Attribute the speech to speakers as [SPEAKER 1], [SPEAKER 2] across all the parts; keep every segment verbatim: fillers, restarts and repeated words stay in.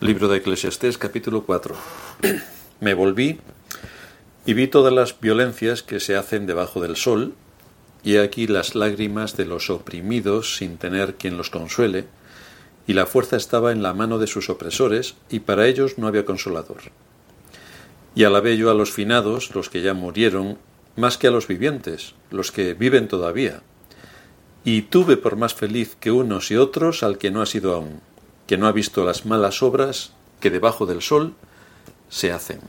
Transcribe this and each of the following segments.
[SPEAKER 1] Libro de Eclesiastés, capítulo cuatro. Me volví y vi todas las violencias que se hacen debajo del sol, y he aquí las lágrimas de los oprimidos sin tener quien los consuele, y la fuerza estaba en la mano de sus opresores, y para ellos no había consolador. Y alabé yo a los finados, los que ya murieron, más que a los vivientes, los que viven todavía. Y tuve por más feliz que unos y otros al que no ha sido aún, que no ha visto las malas obras que debajo del sol se hacen.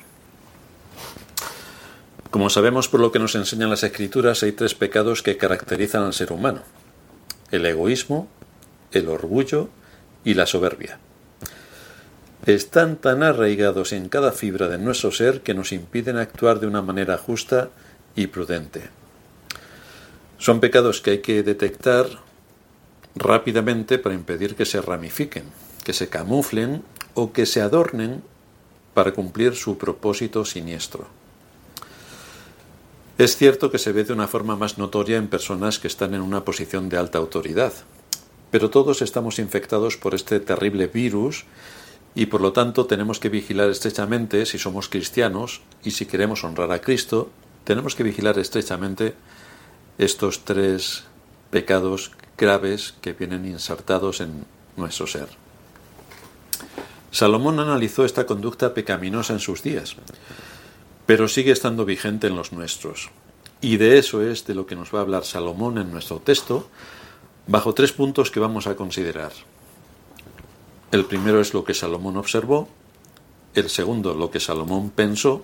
[SPEAKER 1] Como sabemos por lo que nos enseñan las Escrituras, hay tres pecados que caracterizan al ser humano: el egoísmo, el orgullo y la soberbia. Están tan arraigados en cada fibra de nuestro ser que nos impiden actuar de una manera justa y prudente. Son pecados que hay que detectar rápidamente para impedir que se ramifiquen, que se camuflen o que se adornen para cumplir su propósito siniestro. Es cierto que se ve de una forma más notoria en personas que están en una posición de alta autoridad, pero todos estamos infectados por este terrible virus y por lo tanto tenemos que vigilar estrechamente si somos cristianos, y si queremos honrar a Cristo, tenemos que vigilar estrechamente estos tres pecados graves que vienen insertados en nuestro ser. Salomón analizó esta conducta pecaminosa en sus días, pero sigue estando vigente en los nuestros. Y de eso es de lo que nos va a hablar Salomón en nuestro texto, bajo tres puntos que vamos a considerar. El primero es lo que Salomón observó, el segundo lo que Salomón pensó,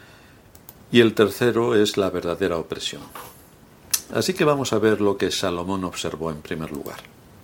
[SPEAKER 1] y el tercero es la verdadera opresión. Así que vamos a ver lo que Salomón observó en primer lugar.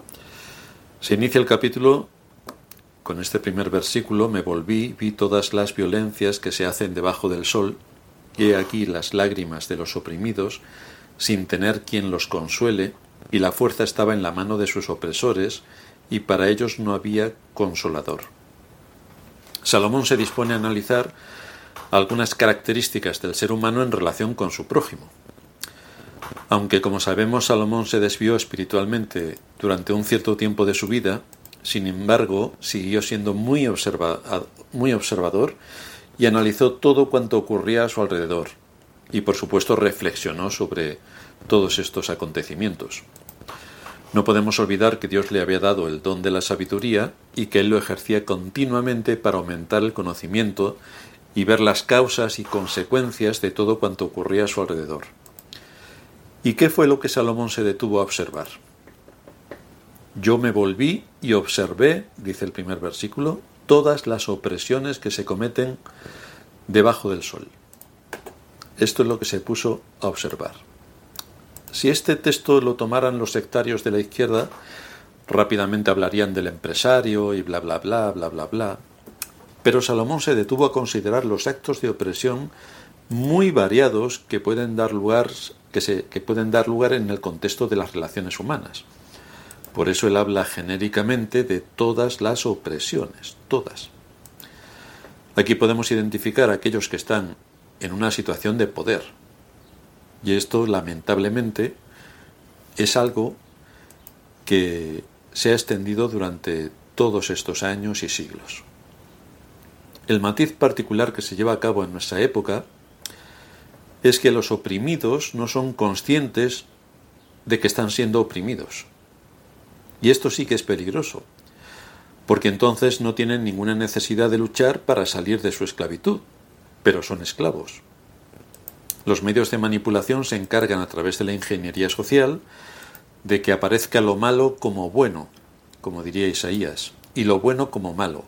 [SPEAKER 1] Se inicia el capítulo con este primer versículo: me volví, vi todas las violencias que se hacen debajo del sol, y he aquí las lágrimas de los oprimidos, sin tener quien los consuele, y la fuerza estaba en la mano de sus opresores, y para ellos no había consolador. Salomón se dispone a analizar algunas características del ser humano en relación con su prójimo. Aunque, como sabemos, Salomón se desvió espiritualmente durante un cierto tiempo de su vida, sin embargo, siguió siendo muy, observa- muy observador y analizó todo cuanto ocurría a su alrededor, y por supuesto reflexionó sobre todos estos acontecimientos. No podemos olvidar que Dios le había dado el don de la sabiduría y que él lo ejercía continuamente para aumentar el conocimiento y ver las causas y consecuencias de todo cuanto ocurría a su alrededor. ¿Y qué fue lo que Salomón se detuvo a observar? Yo me volví y observé, dice el primer versículo, todas las opresiones que se cometen debajo del sol. Esto es lo que se puso a observar. Si este texto lo tomaran los sectarios de la izquierda, rápidamente hablarían del empresario y bla bla bla bla bla bla. Pero Salomón se detuvo a considerar los actos de opresión muy variados que pueden dar lugar, que se, que pueden dar lugar en el contexto de las relaciones humanas. Por eso él habla genéricamente de todas las opresiones, todas. Aquí podemos identificar a aquellos que están en una situación de poder. Y esto, lamentablemente, es algo que se ha extendido durante todos estos años y siglos. El matiz particular que se lleva a cabo en nuestra época es que los oprimidos no son conscientes de que están siendo oprimidos. Y esto sí que es peligroso, porque entonces no tienen ninguna necesidad de luchar para salir de su esclavitud, pero son esclavos. Los medios de manipulación se encargan a través de la ingeniería social de que aparezca lo malo como bueno, como diría Isaías, y lo bueno como malo.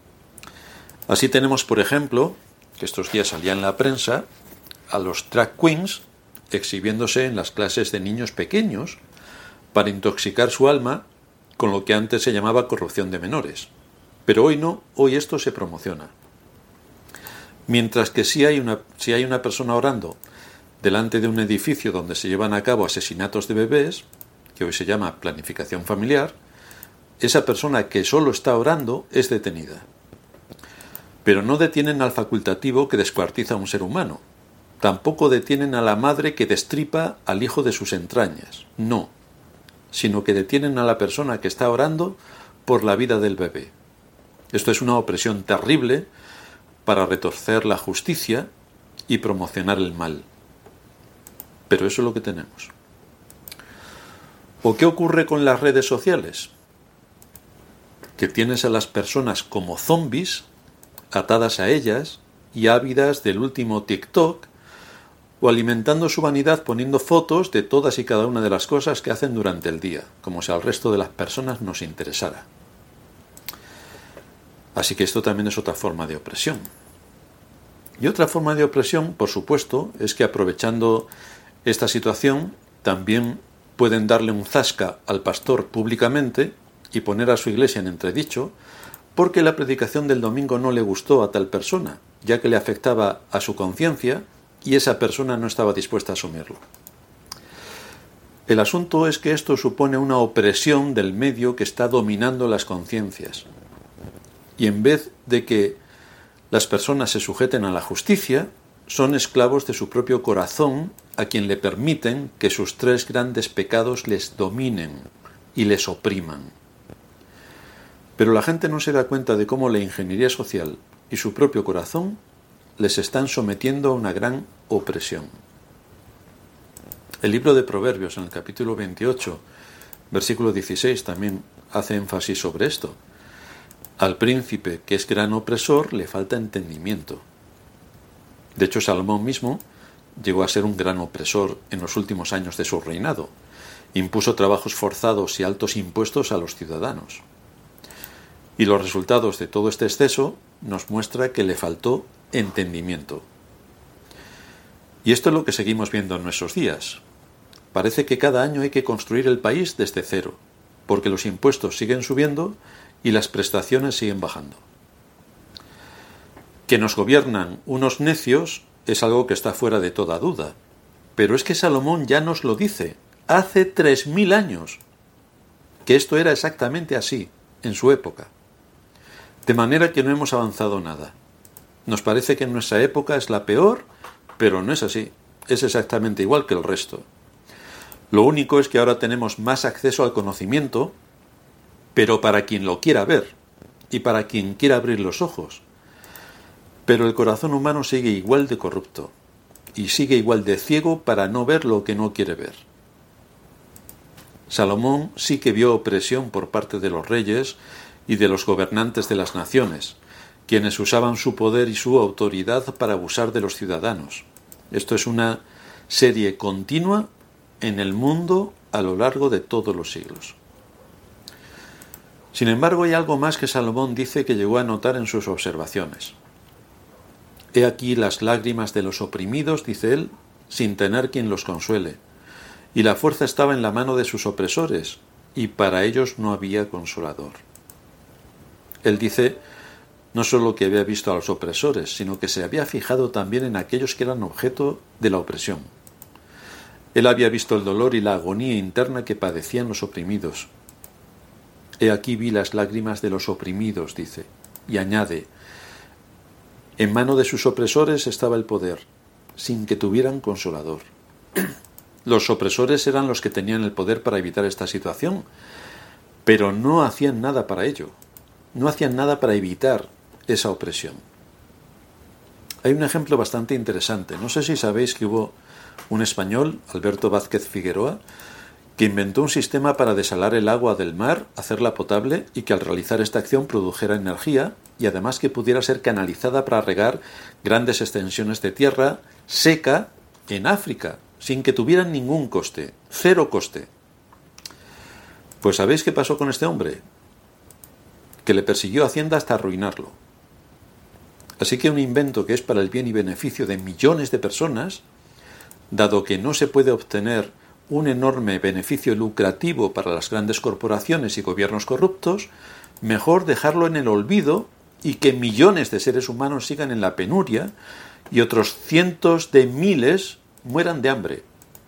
[SPEAKER 1] Así tenemos, por ejemplo, que estos días salía en la prensa, a los drag queens exhibiéndose en las clases de niños pequeños para intoxicar su alma con lo que antes se llamaba corrupción de menores. Pero hoy no, hoy esto se promociona. Mientras que si hay una, si hay una persona orando delante de un edificio donde se llevan a cabo asesinatos de bebés, que hoy se llama planificación familiar, esa persona que solo está orando es detenida. Pero no detienen al facultativo que descuartiza a un ser humano. Tampoco detienen a la madre que destripa al hijo de sus entrañas. No. Sino que detienen a la persona que está orando por la vida del bebé. Esto es una opresión terrible para retorcer la justicia y promocionar el mal. Pero eso es lo que tenemos. ¿O qué ocurre con las redes sociales? Que tienes a las personas como zombies, atadas a ellas y ávidas del último TikTok, o alimentando su vanidad poniendo fotos de todas y cada una de las cosas que hacen durante el día, como si al resto de las personas nos interesara. Así que esto también es otra forma de opresión. Y otra forma de opresión, por supuesto, es que aprovechando esta situación también pueden darle un zasca al pastor públicamente y poner a su iglesia en entredicho porque la predicación del domingo no le gustó a tal persona, ya que le afectaba a su conciencia y esa persona no estaba dispuesta a asumirlo. El asunto es que esto supone una opresión del medio que está dominando las conciencias. Y en vez de que las personas se sujeten a la justicia, son esclavos de su propio corazón a quien le permiten que sus tres grandes pecados les dominen y les opriman. Pero la gente no se da cuenta de cómo la ingeniería social y su propio corazón les están sometiendo a una gran opresión. El libro de Proverbios, en el capítulo veintiocho, versículo dieciséis, también hace énfasis sobre esto. Al príncipe, que es gran opresor, le falta entendimiento. De hecho, Salomón mismo llegó a ser un gran opresor en los últimos años de su reinado. Impuso trabajos forzados y altos impuestos a los ciudadanos. Y los resultados de todo este exceso nos muestra que le faltó entendimiento. Y esto es lo que seguimos viendo en nuestros días. Parece que cada año hay que construir el país desde cero, porque los impuestos siguen subiendo y las prestaciones siguen bajando. Que nos gobiernan unos necios es algo que está fuera de toda duda, pero es que Salomón ya nos lo dice, hace tres mil años, que esto era exactamente así, en su época. De manera que no hemos avanzado nada. Nos parece que en nuestra época es la peor, pero no es así, es exactamente igual que el resto. Lo único es que ahora tenemos más acceso al conocimiento, pero para quien lo quiera ver y para quien quiera abrir los ojos. Pero el corazón humano sigue igual de corrupto y sigue igual de ciego para no ver lo que no quiere ver. Salomón sí que vio opresión por parte de los reyes y de los gobernantes de las naciones, quienes usaban su poder y su autoridad para abusar de los ciudadanos. Esto es una serie continua en el mundo a lo largo de todos los siglos. Sin embargo, hay algo más que Salomón dice que llegó a notar en sus observaciones. He aquí las lágrimas de los oprimidos, dice él, sin tener quien los consuele. Y la fuerza estaba en la mano de sus opresores, y para ellos no había consolador. Él dice no solo que había visto a los opresores, sino que se había fijado también en aquellos que eran objeto de la opresión. Él había visto el dolor y la agonía interna que padecían los oprimidos. He aquí vi las lágrimas de los oprimidos, dice, y añade, en mano de sus opresores estaba el poder, sin que tuvieran consolador. Los opresores eran los que tenían el poder para evitar esta situación, pero no hacían nada para ello, no hacían nada para evitar esa opresión. Hay un ejemplo bastante interesante. No sé si sabéis que hubo un español, Alberto Vázquez Figueroa, que inventó un sistema para desalar el agua del mar, hacerla potable y que al realizar esta acción produjera energía y además que pudiera ser canalizada para regar grandes extensiones de tierra seca en África, sin que tuvieran ningún coste, cero coste. Pues ¿sabéis qué pasó con este hombre? Que le persiguió Hacienda hasta arruinarlo. Así que un invento que es para el bien y beneficio de millones de personas, dado que no se puede obtener un enorme beneficio lucrativo para las grandes corporaciones y gobiernos corruptos, mejor dejarlo en el olvido y que millones de seres humanos sigan en la penuria y otros cientos de miles mueran de hambre.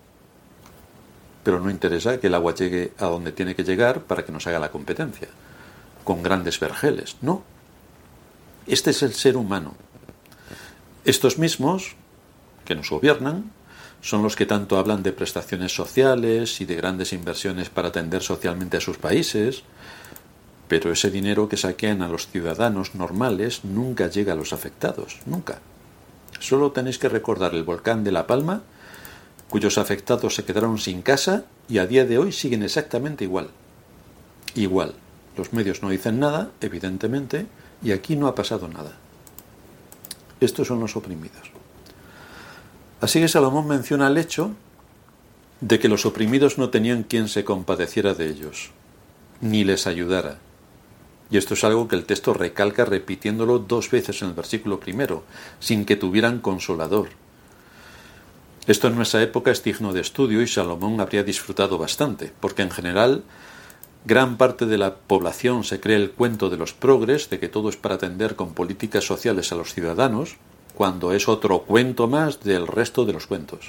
[SPEAKER 1] Pero no interesa que el agua llegue a donde tiene que llegar para que nos haga la competencia, con grandes vergeles. No. Este es el ser humano. Estos mismos que nos gobiernan son los que tanto hablan de prestaciones sociales y de grandes inversiones para atender socialmente a sus países, Pero ese dinero que saquean a los ciudadanos normales nunca llega a los afectados, nunca. Solo tenéis que recordar el volcán de La Palma, cuyos afectados se quedaron sin casa y a día de hoy siguen exactamente igual. Igual. Los medios no dicen nada, evidentemente, y aquí no ha pasado nada. Estos son los oprimidos. Así que Salomón menciona el hecho de que los oprimidos no tenían quien se compadeciera de ellos, ni les ayudara. Y esto es algo que el texto recalca repitiéndolo dos veces en el versículo primero, sin que tuvieran consolador. Esto en nuestra época es digno de estudio y Salomón habría disfrutado bastante, porque en general gran parte de la población se cree el cuento de los progres, de que todo es para atender con políticas sociales a los ciudadanos, cuando es otro cuento más del resto de los cuentos.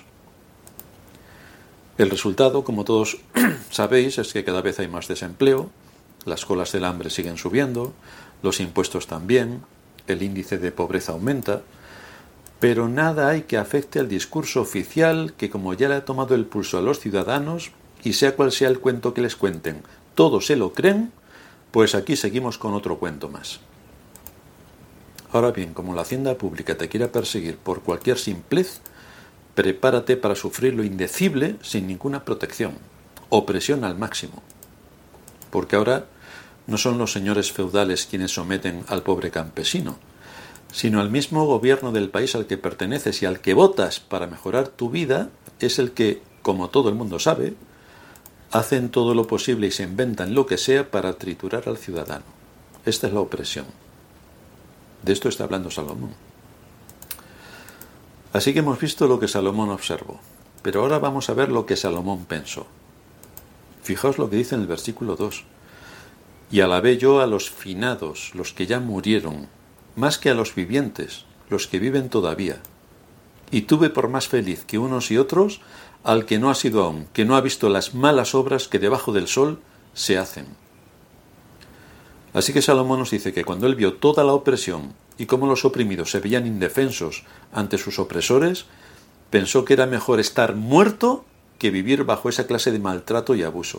[SPEAKER 1] El resultado, como todos sabéis, es que cada vez hay más desempleo, las colas del hambre siguen subiendo, los impuestos también, el índice de pobreza aumenta, pero nada hay que afecte al discurso oficial que, como ya le ha tomado el pulso a los ciudadanos, y sea cual sea el cuento que les cuenten, todos se lo creen, pues aquí seguimos con otro cuento más. Ahora bien, como la hacienda pública te quiera perseguir por cualquier simplez, prepárate para sufrir lo indecible sin ninguna protección, opresión al máximo. Porque ahora no son los señores feudales quienes someten al pobre campesino, sino el mismo gobierno del país al que perteneces y al que votas para mejorar tu vida es el que, como todo el mundo sabe, hacen todo lo posible y se inventan lo que sea para triturar al ciudadano. Esta es la opresión. De esto está hablando Salomón. Así que hemos visto lo que Salomón observó, pero ahora vamos a ver lo que Salomón pensó. Fijaos lo que dice en el versículo dos. Y alabé yo a los finados, los que ya murieron, más que a los vivientes, los que viven todavía. Y tuve por más feliz que unos y otros al que no ha sido aún, que no ha visto las malas obras que debajo del sol se hacen. Así que Salomón nos dice que cuando él vio toda la opresión y cómo los oprimidos se veían indefensos ante sus opresores, pensó que era mejor estar muerto que vivir bajo esa clase de maltrato y abuso.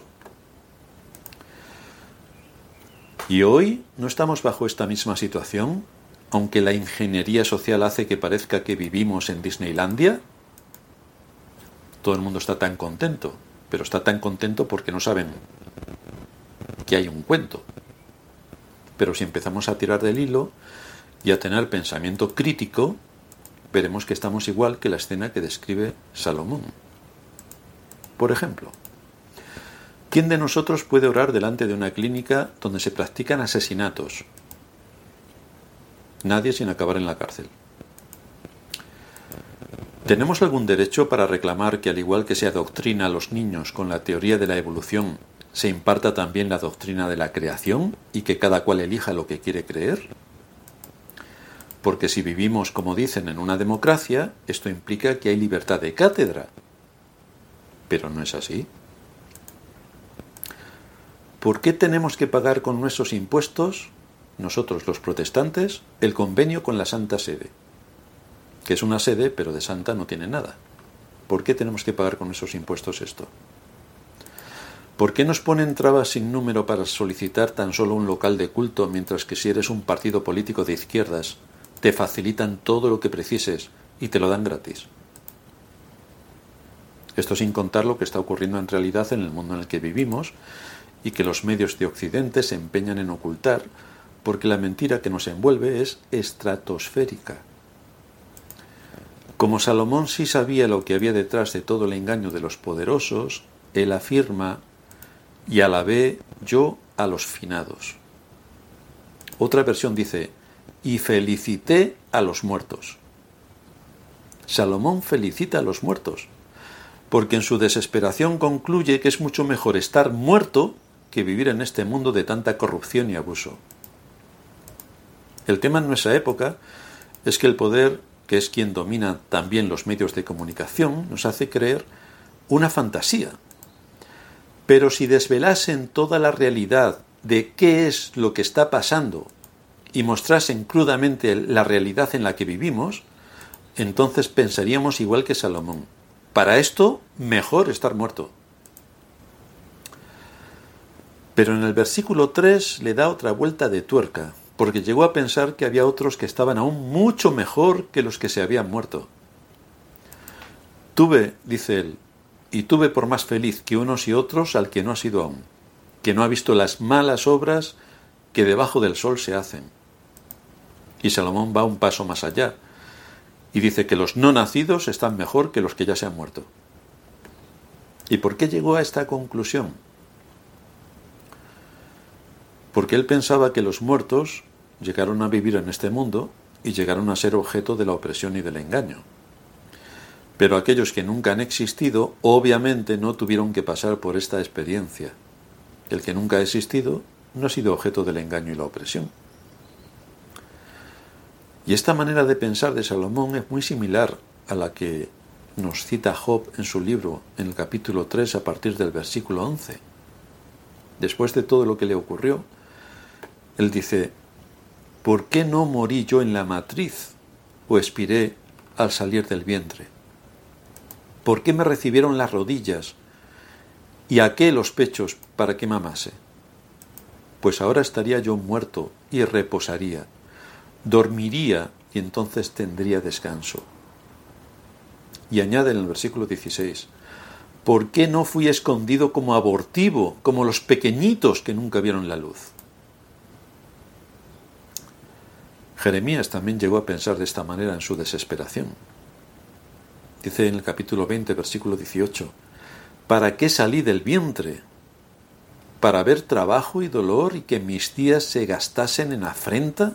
[SPEAKER 1] Y hoy no estamos bajo esta misma situación, aunque la ingeniería social hace que parezca que vivimos en Disneylandia. Todo el mundo está tan contento, pero está tan contento porque no saben que hay un cuento. Pero si empezamos a tirar del hilo y a tener pensamiento crítico, veremos que estamos igual que la escena que describe Salomón. Por ejemplo, ¿quién de nosotros puede orar delante de una clínica donde se practican asesinatos? Nadie sin acabar en la cárcel. ¿Tenemos algún derecho para reclamar que, al igual que se adoctrina a los niños con la teoría de la evolución, se imparta también la doctrina de la creación y que cada cual elija lo que quiere creer? Porque si vivimos, como dicen, en una democracia, esto implica que hay libertad de cátedra. Pero no es así. ¿Por qué tenemos que pagar con nuestros impuestos, nosotros los protestantes, el convenio con la Santa Sede? Que es una sede, pero de santa no tiene nada. ¿Por qué tenemos que pagar con esos impuestos esto? ¿Por qué nos ponen trabas sin número para solicitar tan solo un local de culto, mientras que si eres un partido político de izquierdas, te facilitan todo lo que precises y te lo dan gratis? Esto sin contar lo que está ocurriendo en realidad en el mundo en el que vivimos y que los medios de Occidente se empeñan en ocultar, porque la mentira que nos envuelve es estratosférica. Como Salomón sí sabía lo que había detrás de todo el engaño de los poderosos, él afirma: y alabé yo a los finados. Otra versión dice: y felicité a los muertos. Salomón felicita a los muertos, porque en su desesperación concluye que es mucho mejor estar muerto que vivir en este mundo de tanta corrupción y abuso. El tema en nuestra época es que el poder, que es quien domina también los medios de comunicación, nos hace creer una fantasía. Pero si desvelasen toda la realidad de qué es lo que está pasando y mostrasen crudamente la realidad en la que vivimos, entonces pensaríamos igual que Salomón. Para esto, mejor estar muerto. Pero en el versículo tres le da otra vuelta de tuerca, porque llegó a pensar que había otros que estaban aún mucho mejor que los que se habían muerto. Tuve, dice él, y tuve por más feliz que unos y otros al que no ha sido aún, que no ha visto las malas obras que debajo del sol se hacen. Y Salomón va un paso más allá, y dice que los no nacidos están mejor que los que ya se han muerto. ¿Y por qué llegó a esta conclusión? Porque él pensaba que los muertos llegaron a vivir en este mundo y llegaron a ser objeto de la opresión y del engaño. Pero aquellos que nunca han existido, obviamente no tuvieron que pasar por esta experiencia. El que nunca ha existido no ha sido objeto del engaño y la opresión. Y esta manera de pensar de Salomón es muy similar a la que nos cita Job en su libro, en el capítulo tres, a partir del versículo once. Después de todo lo que le ocurrió, él dice: ¿por qué no morí yo en la matriz o expiré al salir del vientre? ¿Por qué me recibieron las rodillas y a qué los pechos para que mamase? Pues ahora estaría yo muerto y reposaría, dormiría y entonces tendría descanso. Y añade en el versículo dieciséis: ¿por qué no fui escondido como abortivo, como los pequeñitos que nunca vieron la luz? Jeremías también llegó a pensar de esta manera en su desesperación. Dice en el capítulo veinte, versículo dieciocho: ¿para qué salí del vientre? ¿Para ver trabajo y dolor y que mis días se gastasen en afrenta?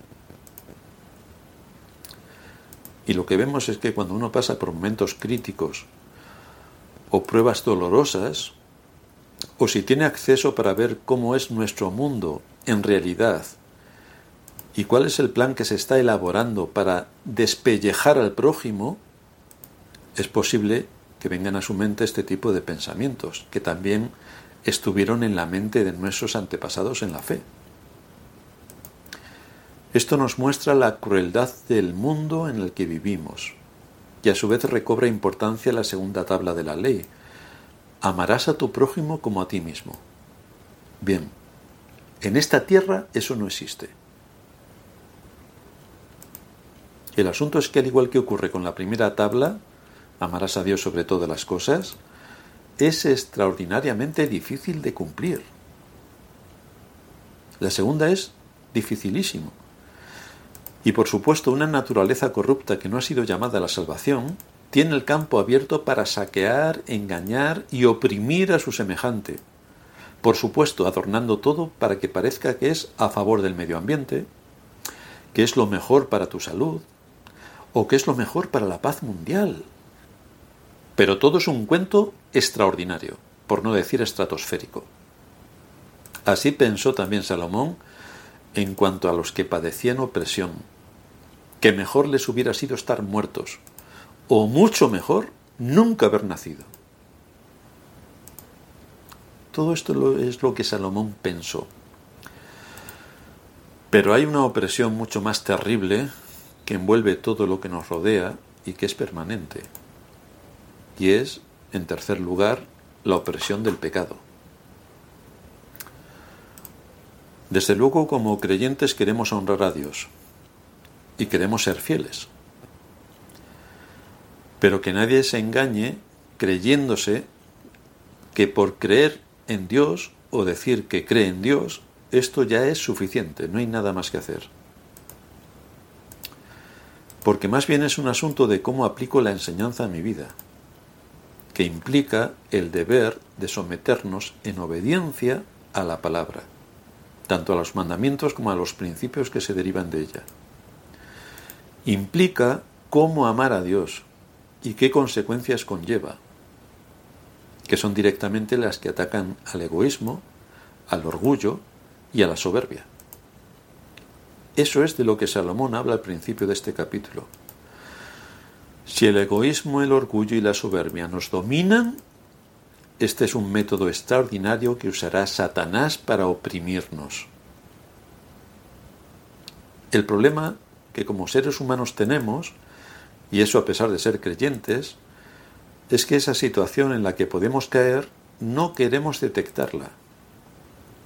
[SPEAKER 1] Y lo que vemos es que cuando uno pasa por momentos críticos o pruebas dolorosas, o si tiene acceso para ver cómo es nuestro mundo en realidad y cuál es el plan que se está elaborando para despellejar al prójimo, es posible que vengan a su mente este tipo de pensamientos, que también estuvieron en la mente de nuestros antepasados en la fe. Esto nos muestra la crueldad del mundo en el que vivimos, y a su vez recobra importancia la segunda tabla de la ley: amarás a tu prójimo como a ti mismo. Bien, en esta tierra eso no existe. El asunto es que, al igual que ocurre con la primera tabla, amarás a Dios sobre todas las cosas, es extraordinariamente difícil de cumplir. La segunda es dificilísimo. Y por supuesto, una naturaleza corrupta que no ha sido llamada a la salvación tiene el campo abierto para saquear, engañar y oprimir a su semejante. Por supuesto, adornando todo para que parezca que es a favor del medio ambiente, que es lo mejor para tu salud, o que es lo mejor para la paz mundial. Pero todo es un cuento extraordinario, por no decir estratosférico. Así pensó también Salomón en cuanto a los que padecían opresión, que mejor les hubiera sido estar muertos, o mucho mejor, nunca haber nacido. Todo esto es lo que Salomón pensó. Pero hay una opresión mucho más terrible que envuelve todo lo que nos rodea y que es permanente. Y es, en tercer lugar, la opresión del pecado. Desde luego, como creyentes queremos honrar a Dios y queremos ser fieles. Pero que nadie se engañe creyéndose que por creer en Dios o decir que cree en Dios, esto ya es suficiente, no hay nada más que hacer. Porque más bien es un asunto de cómo aplico la enseñanza a mi vida, que implica el deber de someternos en obediencia a la palabra, tanto a los mandamientos como a los principios que se derivan de ella. Implica cómo amar a Dios y qué consecuencias conlleva, que son directamente las que atacan al egoísmo, al orgullo y a la soberbia. Eso es de lo que Salomón habla al principio de este capítulo. Si el egoísmo, el orgullo y la soberbia nos dominan, este es un método extraordinario que usará Satanás para oprimirnos. El problema que como seres humanos tenemos, y eso a pesar de ser creyentes, es que esa situación en la que podemos caer no queremos detectarla.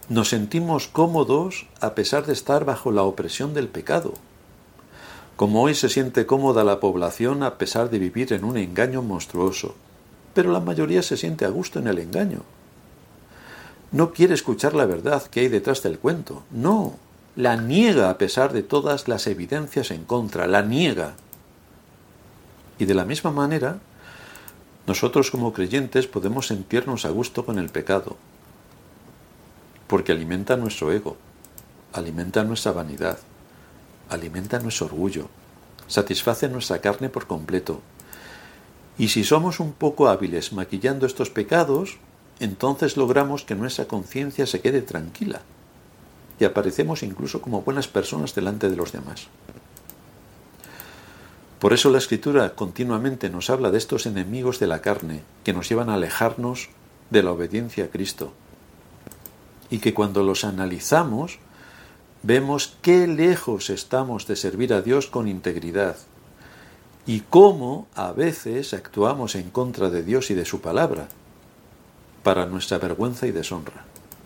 [SPEAKER 1] Nos sentimos cómodos a pesar de estar bajo la opresión del pecado, como hoy se siente cómoda la población a pesar de vivir en un engaño monstruoso, pero la mayoría se siente a gusto en el engaño. No quiere escuchar la verdad que hay detrás del cuento, no, la niega a pesar de todas las evidencias en contra, la niega. Y de la misma manera, nosotros como creyentes podemos sentirnos a gusto con el pecado, porque alimenta nuestro ego, alimenta nuestra vanidad, alimenta nuestro orgullo, satisface nuestra carne por completo. Y si somos un poco hábiles maquillando estos pecados, entonces logramos que nuestra conciencia se quede tranquila y aparecemos incluso como buenas personas delante de los demás. Por eso la Escritura continuamente nos habla de estos enemigos de la carne que nos llevan a alejarnos de la obediencia a Cristo, y que cuando los analizamos vemos qué lejos estamos de servir a Dios con integridad y cómo a veces actuamos en contra de Dios y de su palabra para nuestra vergüenza y deshonra.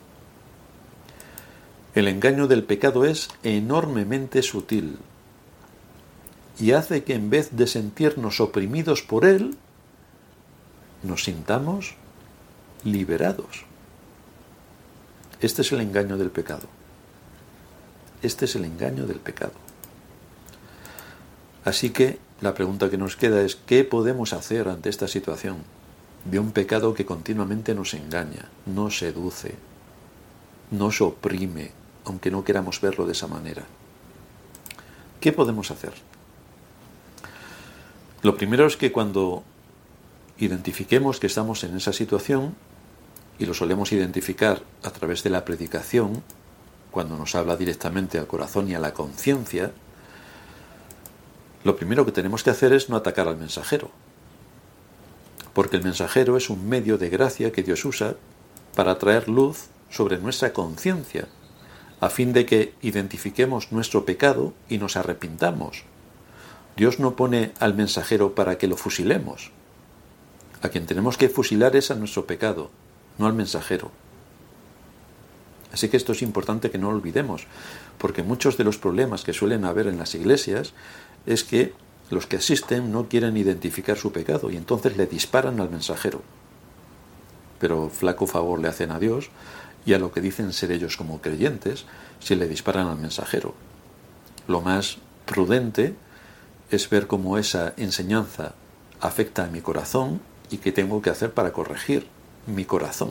[SPEAKER 1] El engaño del pecado es enormemente sutil y hace que en vez de sentirnos oprimidos por él, nos sintamos liberados. Este es el engaño del pecado. Este es el engaño del pecado. Así que la pregunta que nos queda es, ¿qué podemos hacer ante esta situación de un pecado que continuamente nos engaña, nos seduce, nos oprime, aunque no queramos verlo de esa manera? ¿Qué podemos hacer? Lo primero es que cuando identifiquemos que estamos en esa situación, y lo solemos identificar a través de la predicación, cuando nos habla directamente al corazón y a la conciencia, lo primero que tenemos que hacer es no atacar al mensajero, porque el mensajero es un medio de gracia que Dios usa para traer luz sobre nuestra conciencia, a fin de que identifiquemos nuestro pecado y nos arrepintamos. Dios no pone al mensajero para que lo fusilemos. A quien tenemos que fusilar es a nuestro pecado, no al mensajero. Así que esto es importante que no lo olvidemos, porque muchos de los problemas que suelen haber en las iglesias es que los que asisten no quieren identificar su pecado y entonces le disparan al mensajero. Pero flaco favor le hacen a Dios y a lo que dicen ser ellos como creyentes si le disparan al mensajero. Lo más prudente es ver cómo esa enseñanza afecta a mi corazón y qué tengo que hacer para corregir mi corazón.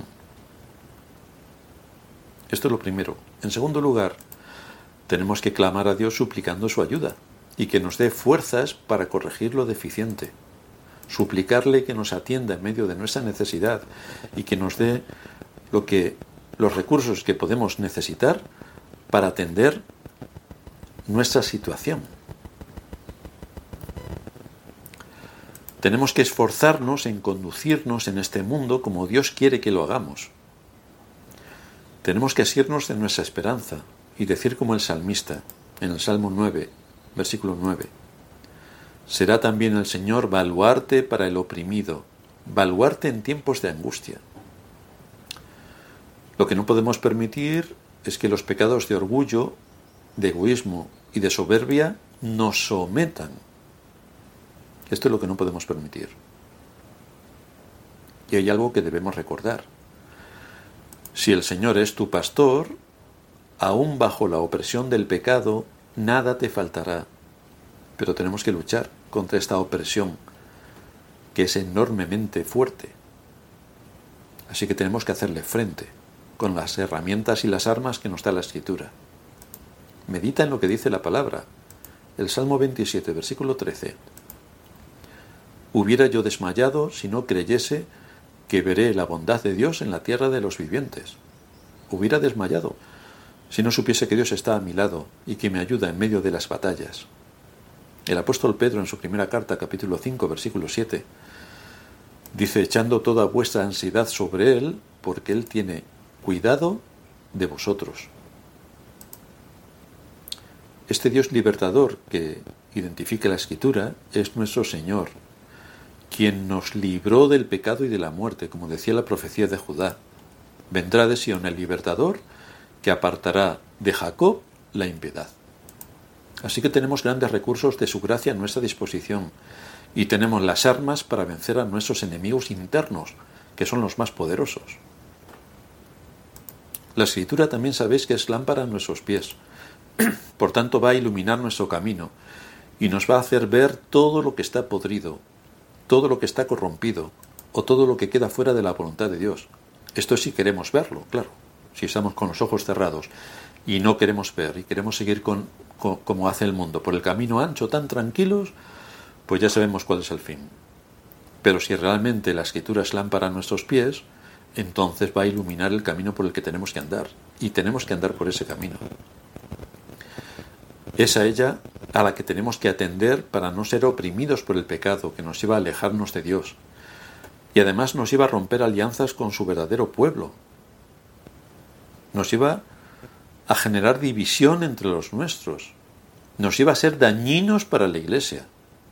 [SPEAKER 1] Esto es lo primero. En segundo lugar, tenemos que clamar a Dios suplicando su ayuda y que nos dé fuerzas para corregir lo deficiente. Suplicarle que nos atienda en medio de nuestra necesidad y que nos dé lo que, los recursos que podemos necesitar para atender nuestra situación. Tenemos que esforzarnos en conducirnos en este mundo como Dios quiere que lo hagamos. Tenemos que asirnos de nuestra esperanza y decir como el salmista, en el Salmo nueve, versículo nueve. Será también el Señor baluarte para el oprimido, baluarte en tiempos de angustia. Lo que no podemos permitir es que los pecados de orgullo, de egoísmo y de soberbia nos sometan. Esto es lo que no podemos permitir. Y hay algo que debemos recordar. Si el Señor es tu pastor, aún bajo la opresión del pecado, nada te faltará. Pero tenemos que luchar contra esta opresión, que es enormemente fuerte. Así que tenemos que hacerle frente con las herramientas y las armas que nos da la Escritura. Medita en lo que dice la palabra. El Salmo veintisiete, versículo trece. Hubiera yo desmayado si no creyese que veré la bondad de Dios en la tierra de los vivientes. Hubiera desmayado si no supiese que Dios está a mi lado y que me ayuda en medio de las batallas. El apóstol Pedro en su primera carta, capítulo cinco, versículo siete, dice, echando toda vuestra ansiedad sobre Él, porque Él tiene cuidado de vosotros. Este Dios libertador que identifica la Escritura es nuestro Señor, quien nos libró del pecado y de la muerte, como decía la profecía de Judá. Vendrá de Sion el libertador, que apartará de Jacob la impiedad. Así que tenemos grandes recursos de su gracia a nuestra disposición y tenemos las armas para vencer a nuestros enemigos internos, que son los más poderosos. La Escritura también sabéis que es lámpara a nuestros pies, por tanto va a iluminar nuestro camino y nos va a hacer ver todo lo que está podrido, todo lo que está corrompido o todo lo que queda fuera de la voluntad de Dios. Esto es si queremos verlo, claro, si estamos con los ojos cerrados y no queremos ver y queremos seguir con, con, como hace el mundo, por el camino ancho, tan tranquilos, pues ya sabemos cuál es el fin. Pero si realmente la Escritura es lámpara a nuestros pies, entonces va a iluminar el camino por el que tenemos que andar, y tenemos que andar por ese camino. Es a ella a la que tenemos que atender para no ser oprimidos por el pecado que nos iba a alejarnos de Dios, y además nos iba a romper alianzas con su verdadero pueblo. Nos iba a generar división entre los nuestros. Nos iba a ser dañinos para la Iglesia.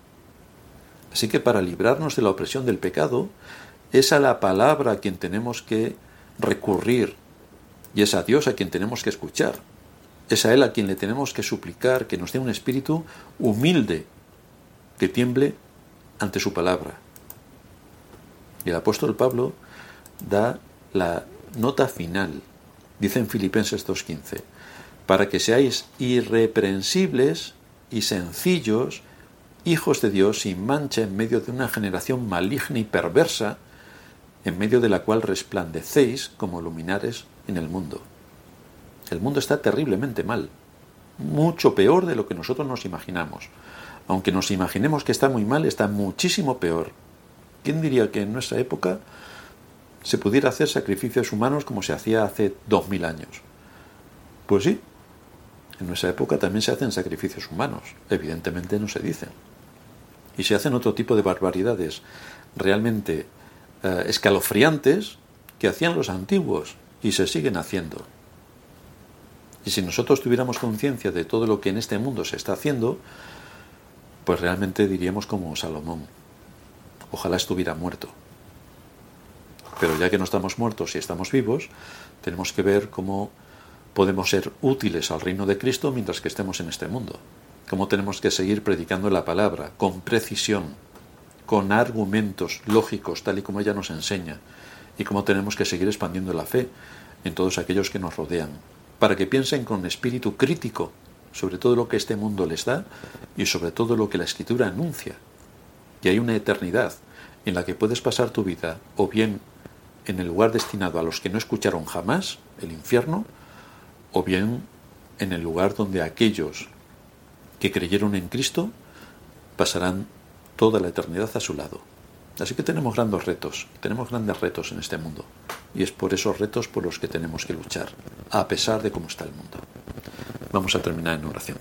[SPEAKER 1] Así que para librarnos de la opresión del pecado, es a la palabra a quien tenemos que recurrir y es a Dios a quien tenemos que escuchar. Es a Él a quien le tenemos que suplicar que nos dé un espíritu humilde que tiemble ante su palabra. Y el apóstol Pablo da la nota final. Dice en Filipenses dos quince, para que seáis irreprensibles y sencillos, hijos de Dios sin mancha en medio de una generación maligna y perversa, en medio de la cual resplandecéis como luminares en el mundo. El mundo está terriblemente mal, mucho peor de lo que nosotros nos imaginamos. Aunque nos imaginemos que está muy mal, está muchísimo peor. ¿Quién diría que en nuestra época se pudiera hacer sacrificios humanos como se hacía hace dos mil años? Pues sí, en nuestra época también se hacen sacrificios humanos, evidentemente no se dicen. Y se hacen otro tipo de barbaridades realmente eh, escalofriantes que hacían los antiguos y se siguen haciendo. Y si nosotros tuviéramos conciencia de todo lo que en este mundo se está haciendo, pues realmente diríamos como Salomón, ojalá estuviera muerto. Pero ya que no estamos muertos y estamos vivos, tenemos que ver cómo podemos ser útiles al reino de Cristo mientras que estemos en este mundo. Cómo tenemos que seguir predicando la palabra con precisión, con argumentos lógicos, tal y como ella nos enseña, y cómo tenemos que seguir expandiendo la fe en todos aquellos que nos rodean, para que piensen con espíritu crítico sobre todo lo que este mundo les da y sobre todo lo que la Escritura anuncia. Y hay una eternidad en la que puedes pasar tu vida o bien en el lugar destinado a los que no escucharon jamás, el infierno, o bien en el lugar donde aquellos que creyeron en Cristo pasarán toda la eternidad a su lado. Así que tenemos grandes retos, tenemos grandes retos en este mundo. Y es por esos retos por los que tenemos que luchar, a pesar de cómo está el mundo. Vamos a terminar en oración.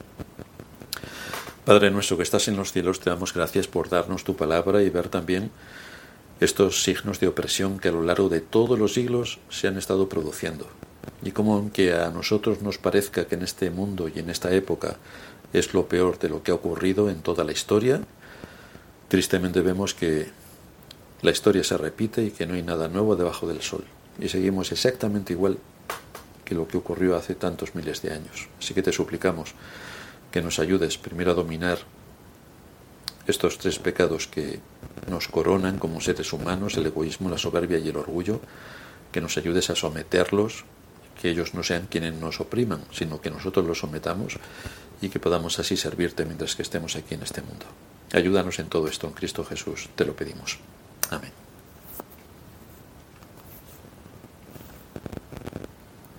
[SPEAKER 1] Padre nuestro que estás en los cielos, te damos gracias por darnos tu palabra y ver también estos signos de opresión que a lo largo de todos los siglos se han estado produciendo. Y como aunque a nosotros nos parezca que en este mundo y en esta época es lo peor de lo que ha ocurrido en toda la historia, tristemente vemos que la historia se repite y que no hay nada nuevo debajo del sol. Y seguimos exactamente igual que lo que ocurrió hace tantos miles de años. Así que te suplicamos que nos ayudes primero a dominar estos tres pecados que nos coronan como seres humanos, el egoísmo, la soberbia y el orgullo, que nos ayudes a someterlos, que ellos no sean quienes nos opriman, sino que nosotros los sometamos y que podamos así servirte mientras que estemos aquí en este mundo. Ayúdanos en todo esto, en Cristo Jesús, te lo pedimos. Amén.